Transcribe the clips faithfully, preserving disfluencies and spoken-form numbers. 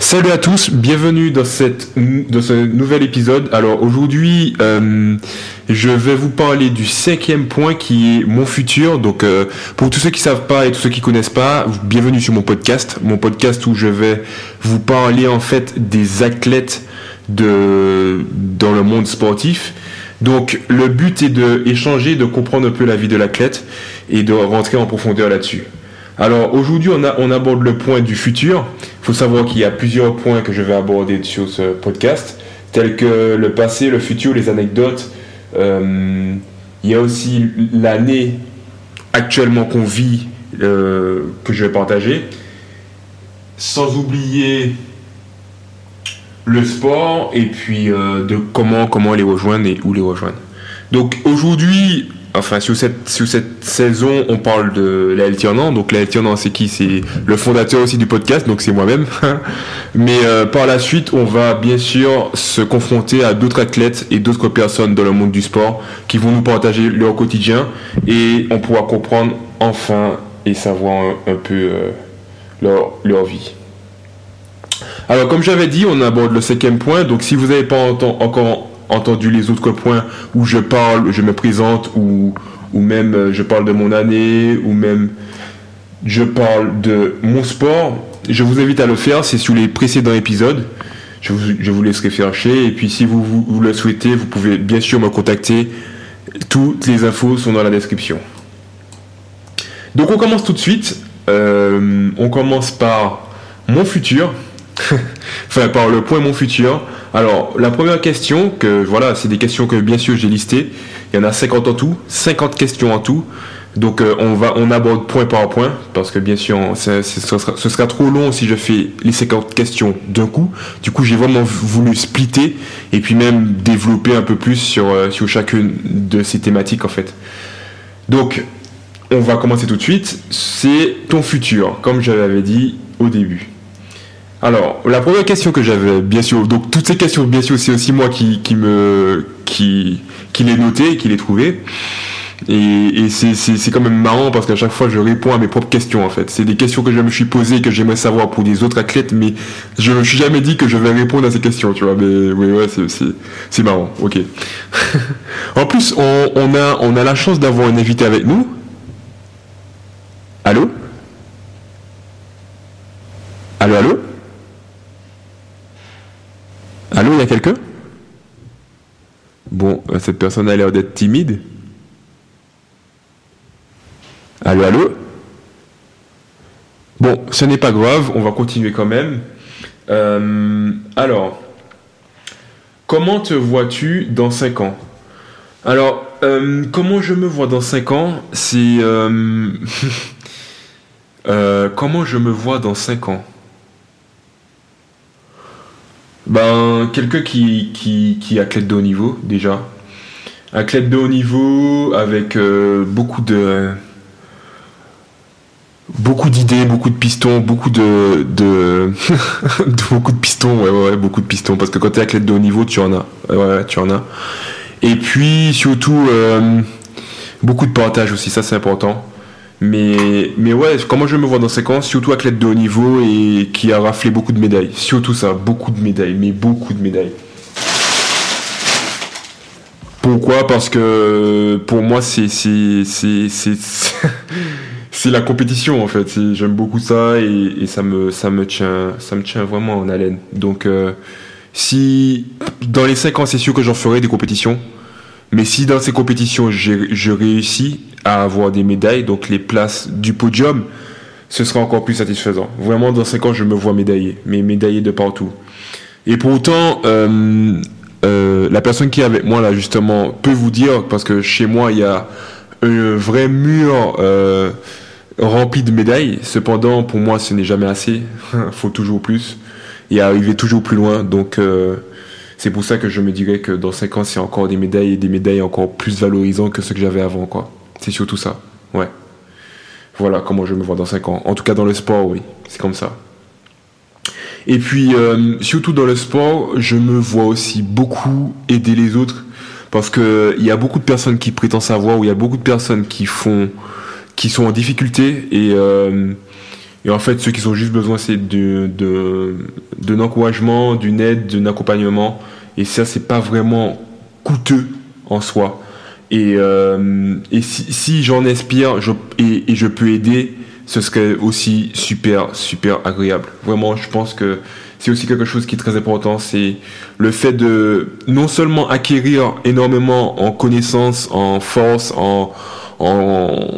Salut à tous, bienvenue dans, cette, dans ce nouvel épisode. Alors aujourd'hui, euh, je vais vous parler du cinquième point qui est mon futur. Donc euh, pour tous ceux qui savent pas et tous ceux qui connaissent pas, bienvenue sur mon podcast. Mon podcast où je vais vous parler en fait des athlètes de, dans le monde sportif. Donc le but est d'échanger, de comprendre un peu la vie de l'athlète et de rentrer en profondeur là-dessus. Alors aujourd'hui on, a, on aborde le point du futur. Il faut savoir qu'il y a plusieurs points que je vais aborder sur ce podcast, tels que le passé, le futur, les anecdotes. Euh, il y a aussi l'année actuellement qu'on vit, euh, que je vais partager. Sans oublier le sport et puis euh, de comment, comment les rejoindre et où les rejoindre. Donc aujourd'hui... Enfin, sur cette, sur cette saison, on parle de l'alternant. Donc, l'alternant, c'est qui? C'est le fondateur aussi du podcast, donc c'est moi-même. Mais euh, par la suite, on va bien sûr se confronter à d'autres athlètes et d'autres personnes dans le monde du sport qui vont nous partager leur quotidien et on pourra comprendre enfin et savoir un, un peu euh, leur, leur vie. Alors, comme j'avais dit, on aborde le cinquième point. Donc, si vous n'avez pas enten- encore entendu les autres points où je parle, je me présente, ou, ou même je parle de mon année, ou même je parle de mon sport, je vous invite à le faire, c'est sur les précédents épisodes. Je vous, je vous laisserai chercher, et puis si vous, vous, vous le souhaitez, vous pouvez bien sûr me contacter. Toutes les infos sont dans la description. Donc on commence tout de suite. Euh, on commence par mon futur. Enfin, par le point mon futur. Alors, la première question, que voilà, c'est des questions que bien sûr j'ai listées. Il y en a cinquante en tout, cinquante questions en tout. Donc, euh, on va, on aborde point par point, parce que bien sûr, c'est, c'est, ce, sera, ce sera trop long si je fais les cinquante questions d'un coup. Du coup, j'ai vraiment voulu splitter et puis même développer un peu plus sur, euh, sur chacune de ces thématiques en fait. Donc, on va commencer tout de suite. C'est ton futur, comme je l'avais dit au début. Alors, la première question que j'avais, bien sûr, donc toutes ces questions, bien sûr, c'est aussi moi qui, qui me, qui, qui les noté, qui les trouvé. Et, et c'est, c'est, c'est quand même marrant parce qu'à chaque fois, je réponds à mes propres questions, en fait. C'est des questions que je me suis posées, que j'aimerais savoir pour des autres athlètes, mais je me suis jamais dit que je vais répondre à ces questions, tu vois. Mais oui, ouais, c'est, c'est, c'est marrant, ok. En plus, on, on a, on a la chance d'avoir un invité avec nous. Allô? Allô, allô? Allô, il y a quelqu'un? Bon, cette personne a l'air d'être timide. Allô, allô? Bon, ce n'est pas grave, on va continuer quand même. Euh, alors, comment te vois-tu dans cinq ans? Alors, euh, comment je me vois dans cinq ans? C'est... Euh, euh, comment je me vois dans cinq ans? Ben, quelqu'un qui, qui, qui est athlète de haut niveau, déjà. Athlète de haut niveau avec euh, beaucoup de... Beaucoup d'idées, beaucoup de pistons, beaucoup de... de, de beaucoup de pistons, ouais, ouais, ouais, beaucoup de pistons. Parce que quand tu es athlète de haut niveau, tu en as. Ouais, ouais, tu en as. Et puis, surtout, euh, beaucoup de partage aussi, ça c'est important. Mais, mais ouais, comment je me vois dans cinq ans, surtout athlète de haut niveau et qui a raflé beaucoup de médailles. Surtout ça, beaucoup de médailles, mais beaucoup de médailles. Pourquoi? Parce que pour moi, c'est, c'est, c'est, c'est, c'est, c'est la compétition en fait. C'est, j'aime beaucoup ça et, et ça, me, ça, me tient, ça me tient vraiment en haleine. Donc, euh, si dans les cinq ans, c'est sûr que j'en ferai des compétitions. Mais si dans ces compétitions, j'ai, je réussis à avoir des médailles, donc les places du podium, ce sera encore plus satisfaisant. Vraiment, dans cinq ans, je me vois médaillé, mais médaillé de partout. Et pour autant, euh, euh, la personne qui est avec moi, là, justement, peut vous dire, parce que chez moi, il y a un vrai mur euh, rempli de médailles. Cependant, pour moi, ce n'est jamais assez. Il faut toujours plus et arriver toujours plus loin. Donc... Euh, c'est pour ça que je me dirais que dans cinq ans, c'est encore des médailles et des médailles encore plus valorisantes que ce que j'avais avant, quoi. C'est surtout ça, ouais. Voilà comment je me vois dans cinq ans. En tout cas, dans le sport, oui, c'est comme ça. Et puis, euh, surtout dans le sport, je me vois aussi beaucoup aider les autres. Parce qu'il y a beaucoup de personnes qui prétendent savoir, ou il y a beaucoup de personnes qui font, qui sont en difficulté. Et, euh, Et en fait, ceux qui ont juste besoin, c'est de, de, d'un encouragement, d'une aide, d'un accompagnement. Et ça, c'est pas vraiment coûteux en soi. Et, euh, et si, si j'en inspire je, et, et je peux aider, ce serait aussi super, super agréable. Vraiment, je pense que c'est aussi quelque chose qui est très important. C'est le fait de non seulement acquérir énormément en connaissances, en force, en... en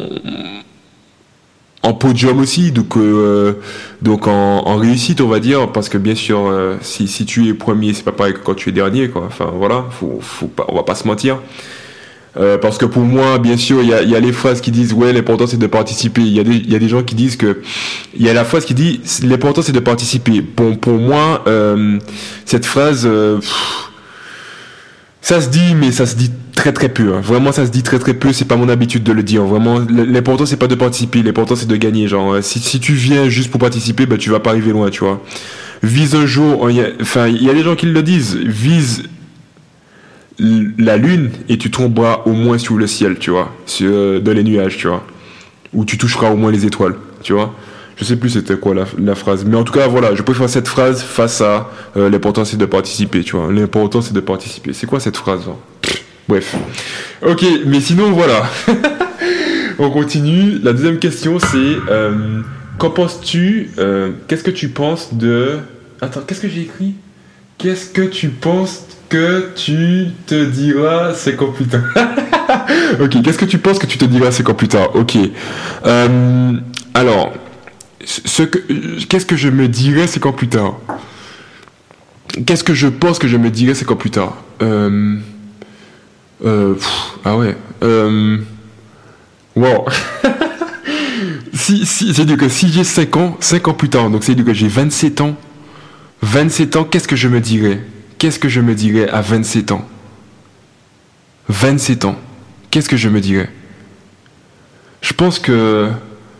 en podium aussi, donc euh, donc en, en réussite, on va dire, parce que bien sûr, euh, si si tu es premier, c'est pas pareil que quand tu es dernier, quoi. Enfin voilà, faut faut pas, on va pas se mentir. Euh, parce que pour moi, bien sûr, il y a il y a les phrases qui disent ouais, l'important c'est de participer. Il y a des il y a des gens qui disent que il y a la phrase qui dit l'important c'est de participer. Pour pour moi, euh, cette phrase euh, pff, ça se dit, mais ça se dit très très peu. Hein. Vraiment, ça se dit très très peu. C'est pas mon habitude de le dire. Vraiment, l'important c'est pas de participer. L'important c'est de gagner. Genre, si si tu viens juste pour participer, bah tu vas pas arriver loin, tu vois. Vise un jour. Enfin, il y a des gens qui le disent. Vise la lune et tu tomberas au moins sur le ciel, tu vois, sur, euh, dans les nuages, tu vois, ou tu toucheras au moins les étoiles, tu vois. Je sais plus c'était quoi la, la phrase, mais en tout cas voilà, je préfère cette phrase face à euh, l'important c'est de participer, tu vois. L'important c'est de participer. C'est quoi cette phrase hein Pff, bref. Ok, mais sinon voilà. On continue. La deuxième question c'est euh, qu'en penses-tu euh, Qu'est-ce que tu penses de Attends, qu'est-ce que j'ai écrit Qu'est-ce que tu penses que tu te diras cinq ans plus tard Ok, qu'est-ce que tu penses que tu te diras cinq ans plus tard Ok. Euh, alors. Ce que, qu'est-ce que je me dirais cinq ans plus tard Qu'est-ce que je pense que je me dirais cinq ans plus tard euh, euh, pff, Ah ouais. Euh, wow. si, si, c'est-à-dire que si j'ai cinq ans, cinq ans plus tard, donc c'est-à-dire que j'ai vingt-sept ans, vingt-sept ans, qu'est-ce que je me dirais Qu'est-ce que je me dirais à vingt-sept ans vingt-sept ans, qu'est-ce que je me dirais Je pense que...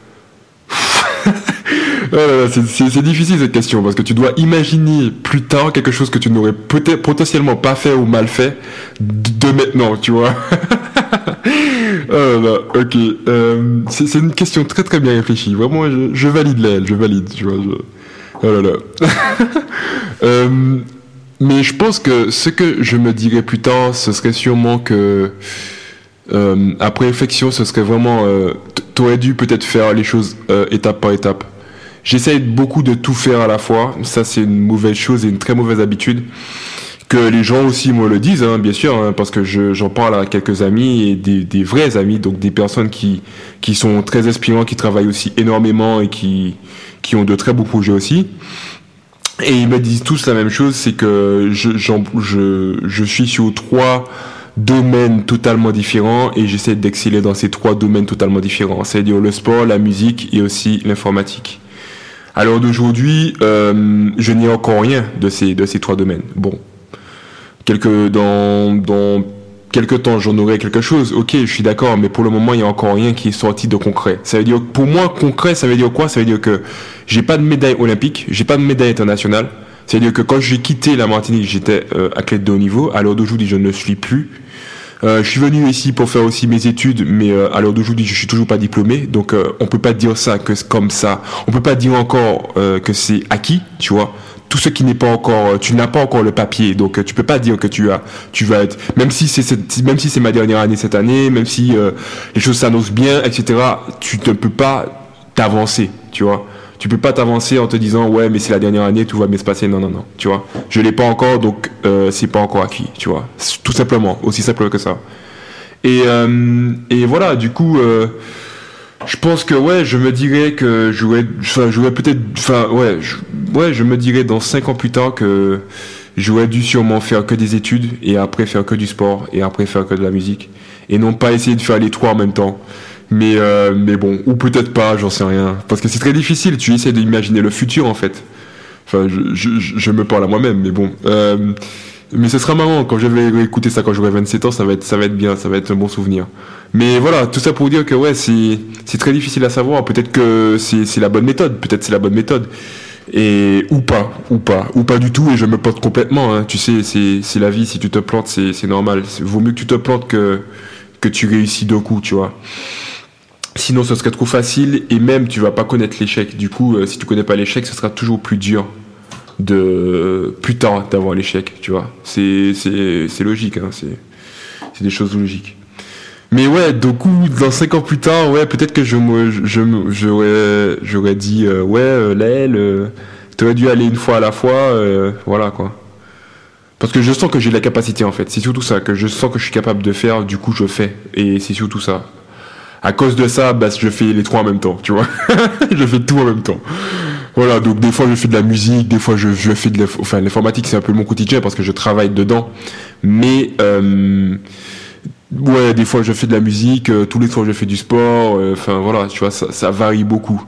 Oh là là, c'est, c'est, c'est difficile cette question parce que tu dois imaginer plus tard quelque chose que tu n'aurais peut-être potentiellement pas fait ou mal fait de maintenant, tu vois. Oh là là, ok. Euh, c'est, c'est une question très très bien réfléchie. Vraiment, je, je valide l'aile, je valide, tu vois. Je... Oh là là. euh, mais je pense que ce que je me dirais plus tard, ce serait sûrement que euh, après réflexion, ce serait vraiment euh, t'aurais dû peut-être faire les choses euh, étape par étape. J'essaye beaucoup de tout faire à la fois. Ça, c'est une mauvaise chose et une très mauvaise habitude. Que les gens aussi me le disent, hein, bien sûr, hein, parce que je, j'en parle à quelques amis et des, des vrais amis, donc des personnes qui, qui sont très inspirants, qui travaillent aussi énormément et qui, qui ont de très beaux projets aussi. Et ils me disent tous la même chose, c'est que je, j'en, je, je suis sur trois domaines totalement différents et j'essaie d'exceller dans ces trois domaines totalement différents. C'est-à-dire le sport, la musique et aussi l'informatique. À l'heure d'aujourd'hui, euh, je n'ai encore rien de ces de ces trois domaines. Bon, quelques dans dans quelques temps, j'en aurai quelque chose. Ok, je suis d'accord, mais pour le moment, il y a encore rien qui est sorti de concret. Ça veut dire, pour moi, concret, ça veut dire quoi Ça veut dire que j'ai pas de médaille olympique, j'ai pas de médaille internationale. Ça veut dire que quand j'ai quitté la Martinique, j'étais euh, athlète de haut niveau. À l'heure d'aujourd'hui, je ne le suis plus. Euh, je suis venu ici pour faire aussi mes études, mais euh, à l'heure d'aujourd'hui, je suis toujours pas diplômé, donc euh, on peut pas dire ça que c'est comme ça. On peut pas dire encore euh, que c'est acquis, tu vois. Tout ce qui n'est pas encore, tu n'as pas encore le papier, donc euh, tu peux pas dire que tu as, tu vas être, même si c'est cette, même si c'est ma dernière année cette année, même si euh, les choses s'annoncent bien, et cetera. Tu ne peux pas t'avancer, tu vois. Tu peux pas t'avancer en te disant ouais mais c'est la dernière année, tout va bien se passer. Non non non, tu vois. Je l'ai pas encore, donc euh, c'est pas encore acquis, tu vois. Tout simplement, aussi simple que ça. Et euh, et voilà, du coup, euh, je pense que ouais, je me dirais que j'aurais, enfin j'aurais peut-être, enfin ouais, je, ouais, je me dirais dans cinq ans plus tard que j'aurais dû sûrement faire que des études et après faire que du sport et après faire que de la musique et non pas essayer de faire les trois en même temps. Mais, euh, mais bon, ou peut-être pas, j'en sais rien. Parce que c'est très difficile, tu essaies d'imaginer le futur en fait. Enfin, je, je, je me parle à moi-même, mais bon. Euh, mais ce sera marrant, quand je vais écouter ça quand j'aurai vingt-sept ans, ça va être, ça va être bien, ça va être un bon souvenir. Mais voilà, tout ça pour dire que ouais, c'est, c'est très difficile à savoir. Peut-être que c'est, c'est la bonne méthode, peut-être c'est la bonne méthode. Et, ou pas, ou pas, ou pas du tout, et je me plante complètement, hein. Tu sais, c'est, c'est la vie, si tu te plantes, c'est, c'est normal. Vaut mieux que tu te plantes que, que tu réussis d'un coup, tu vois. Sinon, ce serait trop facile et même tu vas pas connaître l'échec. Du coup, euh, si tu connais pas l'échec, ce sera toujours plus dur de plus tard d'avoir l'échec. Tu vois, c'est c'est c'est logique. Hein, c'est c'est des choses logiques. Mais ouais, du coup, dans cinq ans plus tard, ouais, peut-être que je me je, je j'aurais j'aurais dit euh, ouais, euh, Laël, euh, t'aurais dû aller une fois à la fois, euh, voilà quoi. Parce que je sens que j'ai de la capacité en fait. C'est surtout ça que je sens que je suis capable de faire. Du coup, je fais et c'est surtout ça. À cause de ça, bah, je fais les trois en même temps, tu vois. Je fais tout en même temps. Voilà, donc des fois je fais de la musique, des fois je, je fais de l'inf- enfin, l'informatique, c'est un peu mon quotidien parce que je travaille dedans. Mais euh, ouais, des fois je fais de la musique, euh, tous les soirs je fais du sport. euh, Enfin voilà, tu vois, ça, ça varie beaucoup.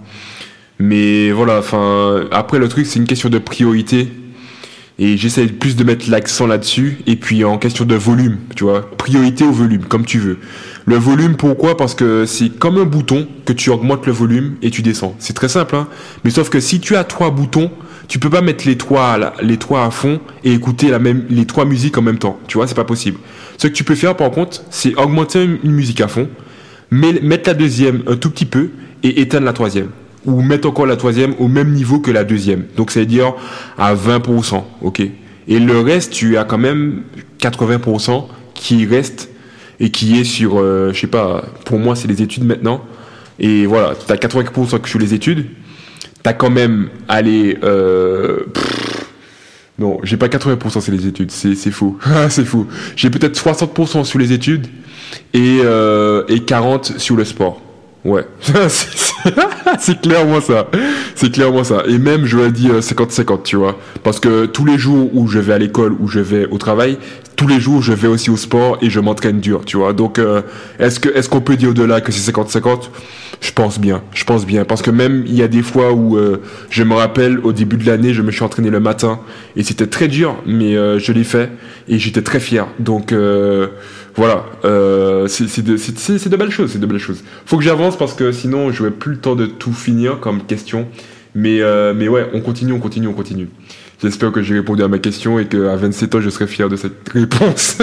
Mais voilà, enfin après le truc c'est une question de priorité. Et j'essaie plus de mettre l'accent là-dessus. Et puis en question de volume, tu vois, priorité au volume, comme tu veux. Le volume, pourquoi ? Parce que c'est comme un bouton que tu augmentes le volume et tu descends. C'est très simple, hein. Mais sauf que si tu as trois boutons, tu peux pas mettre les trois, à la- les trois à fond et écouter la même, les trois musiques en même temps. Tu vois, c'est pas possible. Ce que tu peux faire, par contre, c'est augmenter une, une musique à fond, mais mettre la deuxième un tout petit peu et éteindre la troisième. Ou mettre encore la troisième au même niveau que la deuxième. Donc, c'est-à-dire à vingt pour cent, ok ? Et le reste, tu as quand même quatre-vingts pour cent qui reste et qui est sur, euh, je sais pas, pour moi, c'est les études maintenant. Et voilà, tu as quatre-vingts pour cent sur les études. Tu as quand même, allez, euh, pff, non, j'ai pas quatre-vingts pour cent sur les études, c'est, c'est faux. C'est faux. J'ai peut-être soixante pour cent sur les études et, euh, et quarante pour cent sur le sport. Ouais, c'est, c'est, c'est clairement ça. C'est clairement ça. Et même, je vais dire cinquante cinquante, tu vois. Parce que tous les jours où je vais à l'école, où je vais au travail, tous les jours, je vais aussi au sport et je m'entraîne dur, tu vois. Donc, euh, est-ce que, est-ce qu'on peut dire au-delà que c'est cinquante cinquante ? Je pense bien. Je pense bien. Parce que même, il y a des fois où, euh, je me rappelle, au début de l'année, je me suis entraîné le matin et c'était très dur, mais, euh, je l'ai fait et j'étais très fier. Donc, euh, voilà, euh, c'est, c'est, de, c'est, c'est de belles choses, c'est de belles choses. Faut que j'avance parce que sinon j'aurai plus le temps de tout finir comme question. Mais, euh, mais ouais, on continue, on continue, on continue. J'espère que j'ai répondu à ma question et qu'à vingt-sept ans je serai fier de cette réponse.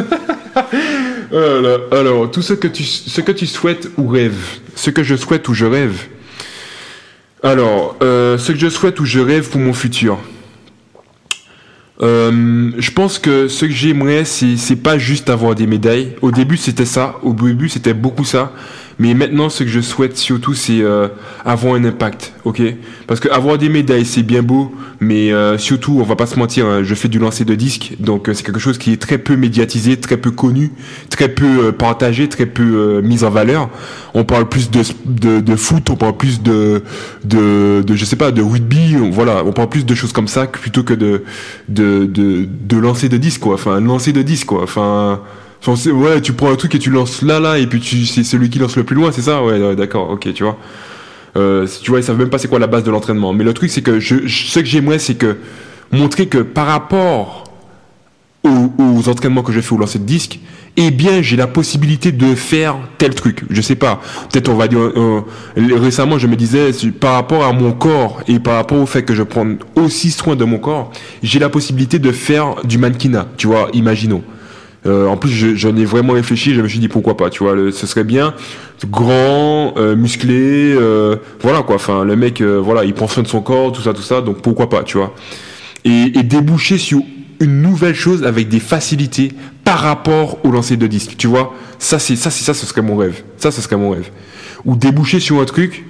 Voilà. Alors, tout ce que tu, ce que tu souhaites ou rêves, ce que je souhaite ou je rêve. Alors, euh, ce que je souhaite ou je rêve pour mon futur. Euh, je pense que ce que j'aimerais, c'est, c'est pas juste avoir des médailles. Au début, c'était ça. Au début, c'était beaucoup ça. Mais maintenant, ce que je souhaite surtout, c'est euh, avoir un impact, ok ? Parce que avoir des médailles, c'est bien beau, mais euh, surtout, on va pas se mentir, hein, je fais du lancer de disques, donc euh, c'est quelque chose qui est très peu médiatisé, très peu connu, très peu euh, partagé, très peu euh, mis en valeur. On parle plus de, de de foot, on parle plus de de de je sais pas, de rugby, on, voilà, on parle plus de choses comme ça plutôt que de de de de lancer de disques, quoi. Enfin, lancer de disques, quoi. Enfin. Enfin, c'est- ouais, tu prends un truc et tu lances là, là, et puis tu, c'est celui qui lance le plus loin, c'est ça? Ouais, ouais, d'accord, ok, tu vois. Euh, tu vois, ils savent même pas c'est quoi la base de l'entraînement. Mais le truc, c'est que je, je- ce que j'aimerais, c'est que montrer que par rapport aux, aux entraînements que je fais au lancer de disque, eh bien, j'ai la possibilité de faire tel truc. Je sais pas. Peut-être on va dire, euh, récemment, je me disais, si- par rapport à mon corps et par rapport au fait que je prends aussi soin de mon corps, j'ai la possibilité de faire du mannequinat, tu vois, imaginons. Euh, en plus, je- j'en ai vraiment réfléchi. Je me suis dit pourquoi pas. Tu vois, le- ce serait bien, grand, euh, musclé, euh, voilà quoi. Enfin, le mec, euh, voilà, il prend soin de son corps, tout ça, tout ça. Donc pourquoi pas, tu vois. Et, et déboucher sur une nouvelle chose avec des facilités par rapport au lancer de disque. Tu vois, ça c'est ça, c'est ça, ce serait mon rêve. Ça, ce serait mon rêve. Ou déboucher sur un truc.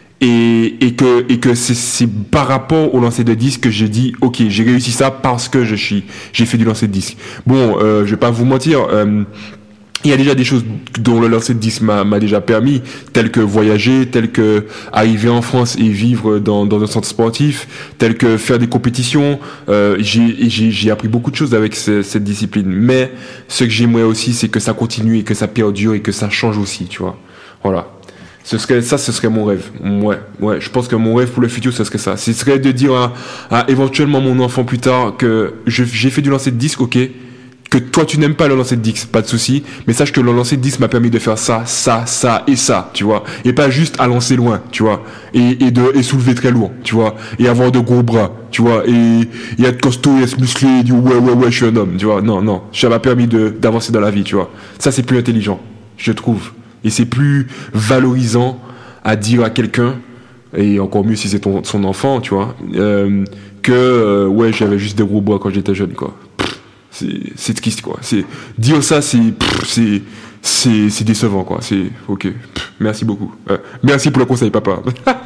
Et, et que, et que c'est, c'est par rapport au lancer de disque que j'ai dit, ok, j'ai réussi ça parce que je suis, j'ai fait du lancer de disque. Bon, euh, je vais pas vous mentir, euh, il y a déjà des choses dont le lancer de disque m'a, m'a déjà permis, telles que voyager, telles que arriver en France et vivre dans, dans un centre sportif, telles que faire des compétitions. Euh, j'ai, j'ai, j'ai appris beaucoup de choses avec ce- cette discipline. Mais ce que j'aimerais aussi, c'est que ça continue et que ça perdure et que ça change aussi, tu vois. Voilà. Ce serait, ça, ce serait mon rêve. Ouais, ouais. Je pense que mon rêve pour le futur, ce serait ça. Ce serait de dire à, à éventuellement mon enfant plus tard que je, j'ai fait du lancer de disque, ok. Que toi, tu n'aimes pas le lancer de disque, pas de souci. Mais sache que le lancer de disque m'a permis de faire ça, ça, ça et ça, tu vois. Et pas juste à lancer loin, tu vois. Et, et de, et soulever très lourd, tu vois. Et avoir de gros bras, tu vois. Et, et être costaud et être musclé et dire ouais, ouais, ouais, je suis un homme, tu vois. Non, non. Ça m'a permis de, d'avancer dans la vie, tu vois. Ça, c'est plus intelligent, je trouve. Et c'est plus valorisant à dire à quelqu'un, et encore mieux si c'est ton, son enfant, tu vois, euh, que euh, ouais, j'avais juste des gros bras quand j'étais jeune, quoi. Pff, c'est, c'est triste, quoi. C'est, dire ça, c'est, pff, c'est, c'est, c'est décevant, quoi. C'est, ok. Pff, merci beaucoup. Euh, merci pour le conseil, papa.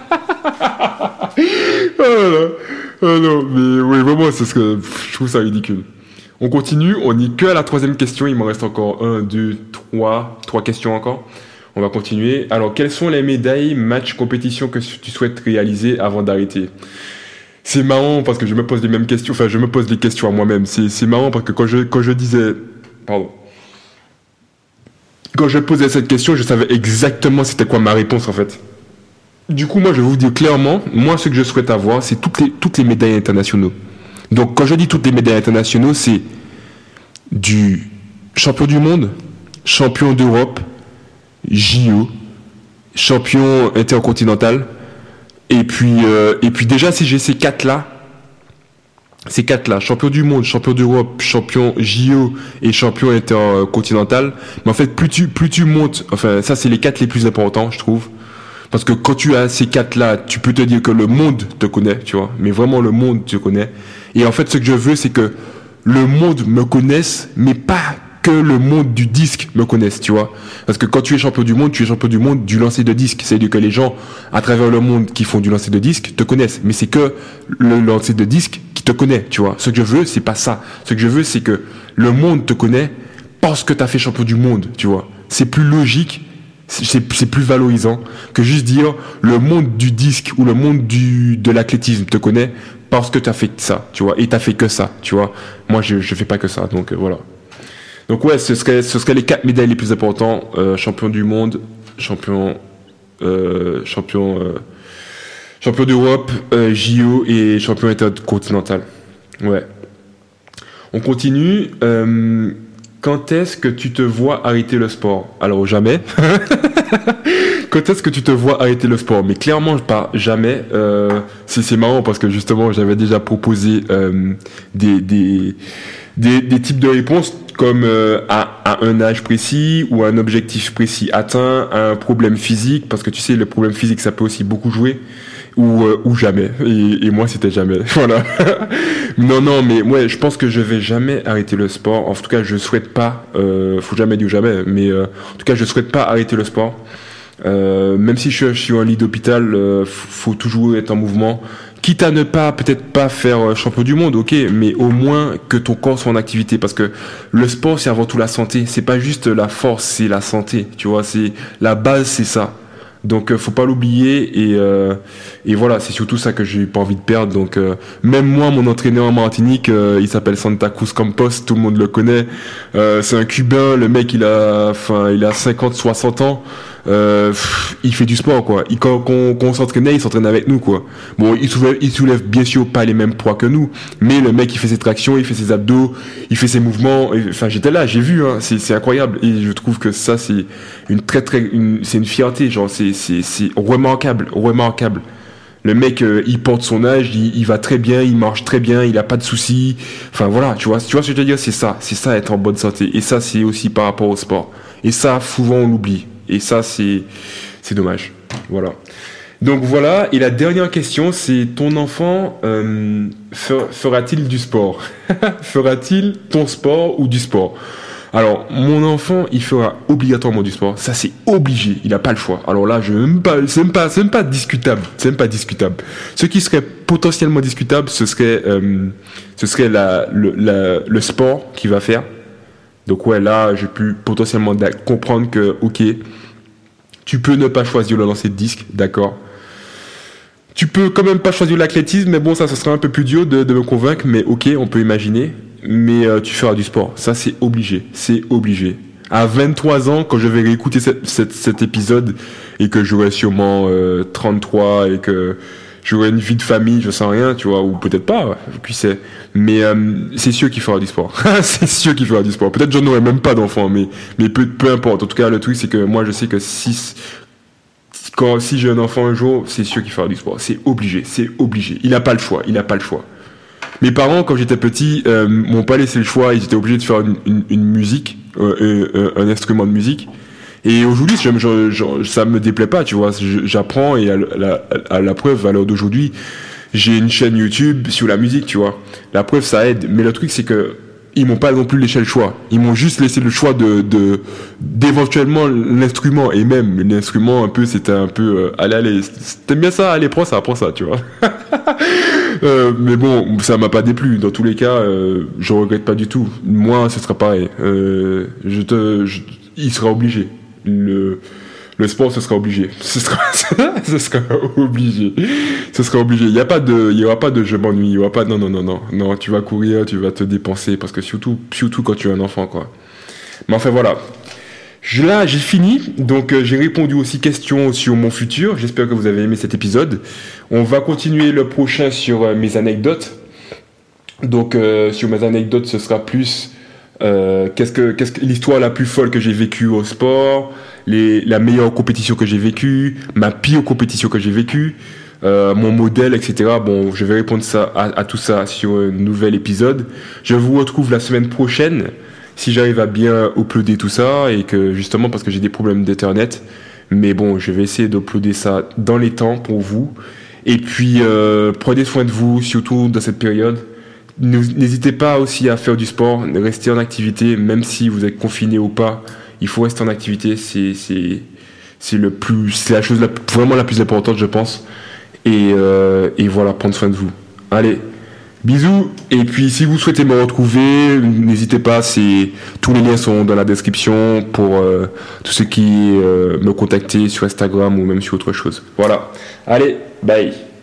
Oh là là. Oh non, mais oui, vraiment, c'est ce que, pff, je trouve ça ridicule. On continue, on n'est que à la troisième question, il m'en reste encore un, deux, trois, trois questions encore. On va continuer. Alors, quelles sont les médailles, matchs, compétitions que tu souhaites réaliser avant d'arrêter ? C'est marrant parce que je me pose les mêmes questions, enfin, je me pose des questions à moi-même. C'est, c'est marrant parce que quand je, quand je disais, pardon, quand je posais cette question, je savais exactement c'était quoi ma réponse, en fait. Du coup, moi, je vais vous dire clairement, moi, ce que je souhaite avoir, c'est toutes les, toutes les médailles internationaux. Donc, quand je dis toutes les médailles internationaux, c'est du champion du monde, champion d'Europe, J O, champion intercontinental, et puis, euh, et puis déjà, si j'ai ces quatre-là, ces quatre-là, champion du monde, champion d'Europe, champion J O et champion intercontinental, mais en fait, plus tu, plus tu montes, enfin, ça, c'est les quatre les plus importants, je trouve. Parce que quand tu as ces quatre-là, tu peux te dire que le monde te connaît, tu vois. Mais vraiment, le monde te connaît. Et en fait, ce que je veux, c'est que le monde me connaisse, mais pas que le monde du disque me connaisse, tu vois. Parce que quand tu es champion du monde, tu es champion du monde du lancer de disque. C'est-à-dire que les gens, à travers le monde qui font du lancer de disque, te connaissent. Mais c'est que le lancer de disque qui te connaît, tu vois. Ce que je veux, c'est pas ça. Ce que je veux, c'est que le monde te connaît parce que tu as fait champion du monde, tu vois. C'est plus logique. C'est, c'est plus valorisant que juste dire le monde du disque ou le monde du, de l'athlétisme te connaît parce que tu as fait ça, tu vois, et tu as fait que ça, tu vois. Moi, je je fais pas que ça, donc euh, voilà. Donc ouais, ce serait, ce serait les quatre médailles les plus importants, euh, champion du monde, champion, euh, champion, euh, champion d'Europe, euh, J O et champion intercontinental. Ouais. On continue. Euh, Quand est-ce que tu te vois arrêter le sport ? Alors jamais. Quand est-ce que tu te vois arrêter le sport ? Mais clairement, pas jamais. Euh, c'est, c'est marrant parce que justement, j'avais déjà proposé euh, des, des, des, des types de réponses comme euh, à, à un âge précis ou à un objectif précis atteint, à un problème physique, parce que tu sais, le problème physique, ça peut aussi beaucoup jouer. Ou, euh, ou jamais. Et, et moi, c'était jamais. Voilà. non, non, mais ouais, je pense que je vais jamais arrêter le sport. En tout cas, je souhaite pas. Euh, faut jamais dire jamais. Mais euh, en tout cas, je souhaite pas arrêter le sport. Euh, même si je, je suis en lit d'hôpital, euh, faut toujours être en mouvement. Quitte à ne pas, peut-être pas faire champion du monde, ok, mais au moins que ton corps soit en activité, parce que le sport, c'est avant tout la santé. C'est pas juste la force, c'est la santé. Tu vois, c'est la base, c'est ça. Donc euh, faut pas l'oublier et euh, et voilà, c'est surtout ça que j'ai pas envie de perdre. Donc euh, même moi, mon entraîneur en Martinique, euh, il s'appelle Santa Cruz Campos, tout le monde le connaît. Euh, c'est un Cubain, le mec il a enfin il a cinquante soixante ans. Euh, pff, il fait du sport quoi. Il, quand, quand, quand on s'entraînait, il s'entraîne avec nous quoi. Bon, il soulève, il soulève bien sûr pas les mêmes poids que nous, mais le mec il fait ses tractions, il fait ses abdos, il fait ses mouvements. Et, enfin, j'étais là, j'ai vu, hein, c'est, c'est incroyable. Et je trouve que ça c'est une très très, une, c'est une fierté, genre c'est c'est c'est remarquable, remarquable. Le mec, euh, il porte son âge, il, il va très bien, il marche très bien, il a pas de soucis. Enfin voilà, tu vois, tu vois ce que je veux dire, c'est ça, c'est ça être en bonne santé. Et ça c'est aussi par rapport au sport. Et ça, souvent on l'oublie. Et ça, c'est, c'est dommage. Voilà. Donc voilà. Et la dernière question, c'est ton enfant euh, fer, fera-t-il du sport ? Fera-t-il ton sport ou du sport ? Alors, mon enfant, il fera obligatoirement du sport. Ça, c'est obligé. Il n'a pas le choix. Alors là, je même pas, c'est même pas, c'est même pas discutable. C'est même pas discutable. Ce qui serait potentiellement discutable, ce serait, euh, ce serait la, le, la, le sport qu'il va faire. Donc ouais, là, j'ai pu potentiellement comprendre que, ok, tu peux ne pas choisir le lancer de disque, d'accord. Tu peux quand même pas choisir l'athlétisme, mais bon, ça, ça serait un peu plus dur de, de me convaincre, mais ok, on peut imaginer. Mais euh, tu feras du sport, ça c'est obligé, c'est obligé. À vingt-trois ans, quand je vais réécouter cette, cette, cet épisode, et que j'aurai sûrement euh, trente-trois, et que j'aurai une vie de famille, je sens rien, tu vois, ou peut-être pas, ouais, qui sait. Mais euh, c'est sûr qu'il fera du sport. C'est sûr qu'il fera du sport. Peut-être que je n'aurai même pas d'enfant, mais, mais peu, peu importe. En tout cas, le truc, c'est que moi, je sais que si, quand, si j'ai un enfant un jour, c'est sûr qu'il fera du sport. C'est obligé, c'est obligé. Il n'a pas le choix, il n'a pas le choix. Mes parents, quand j'étais petit, euh, m'ont pas laissé le choix. Ils étaient obligés de faire une, une, une musique, euh, euh, un instrument de musique. Et aujourd'hui, je, je, je, ça me déplaît pas, tu vois. Je, j'apprends et à la, à la preuve, à l'heure d'aujourd'hui, j'ai une chaîne YouTube sur la musique, tu vois. La preuve, ça aide. Mais le truc, c'est que ils m'ont pas non plus laissé le choix. Ils m'ont juste laissé le choix de, de d'éventuellement l'instrument. Et même l'instrument, un peu, c'était un peu, euh, allez, allez, t'aimes bien ça, allez, prends ça, prends ça, tu vois. euh, mais bon, ça m'a pas déplu. Dans tous les cas, euh, je regrette pas du tout. Moi, ce sera pareil. Euh, je te, je, il sera obligé. Le, le sport, ce sera obligé. Ce sera, ce sera obligé. Ce sera obligé. Il y a pas de, il y aura pas de je m'ennuie. Il y aura pas, non, non, non, non. Non, tu vas courir, tu vas te dépenser parce que surtout, surtout quand tu es un enfant, quoi. Mais enfin, voilà. Je, là, j'ai fini. Donc, euh, j'ai répondu aussi questions sur mon futur. J'espère que vous avez aimé cet épisode. On va continuer le prochain sur euh, mes anecdotes. Donc, euh, sur mes anecdotes, ce sera plus, euh, qu'est-ce que, qu'est-ce que l'histoire la plus folle que j'ai vécue au sport, les, la meilleure compétition que j'ai vécue, ma pire compétition que j'ai vécue, euh, mon modèle, et cetera. Bon, je vais répondre ça, à, à tout ça sur un nouvel épisode. Je vous retrouve la semaine prochaine, si j'arrive à bien uploader tout ça, et que justement, parce que j'ai des problèmes d'internet, mais bon, je vais essayer d'uploader ça dans les temps pour vous. Et puis, euh, prenez soin de vous, surtout dans cette période. N'hésitez pas aussi à faire du sport, rester en activité, même si vous êtes confiné ou pas. Il faut rester en activité, c'est c'est c'est le plus, c'est la chose la, vraiment la plus importante, je pense. Et euh, et voilà, prendre soin de vous. Allez, bisous. Et puis si vous souhaitez me retrouver, n'hésitez pas. C'est tous les liens sont dans la description pour euh, tous ceux qui euh, me contacter sur Instagram ou même sur autre chose. Voilà. Allez, bye.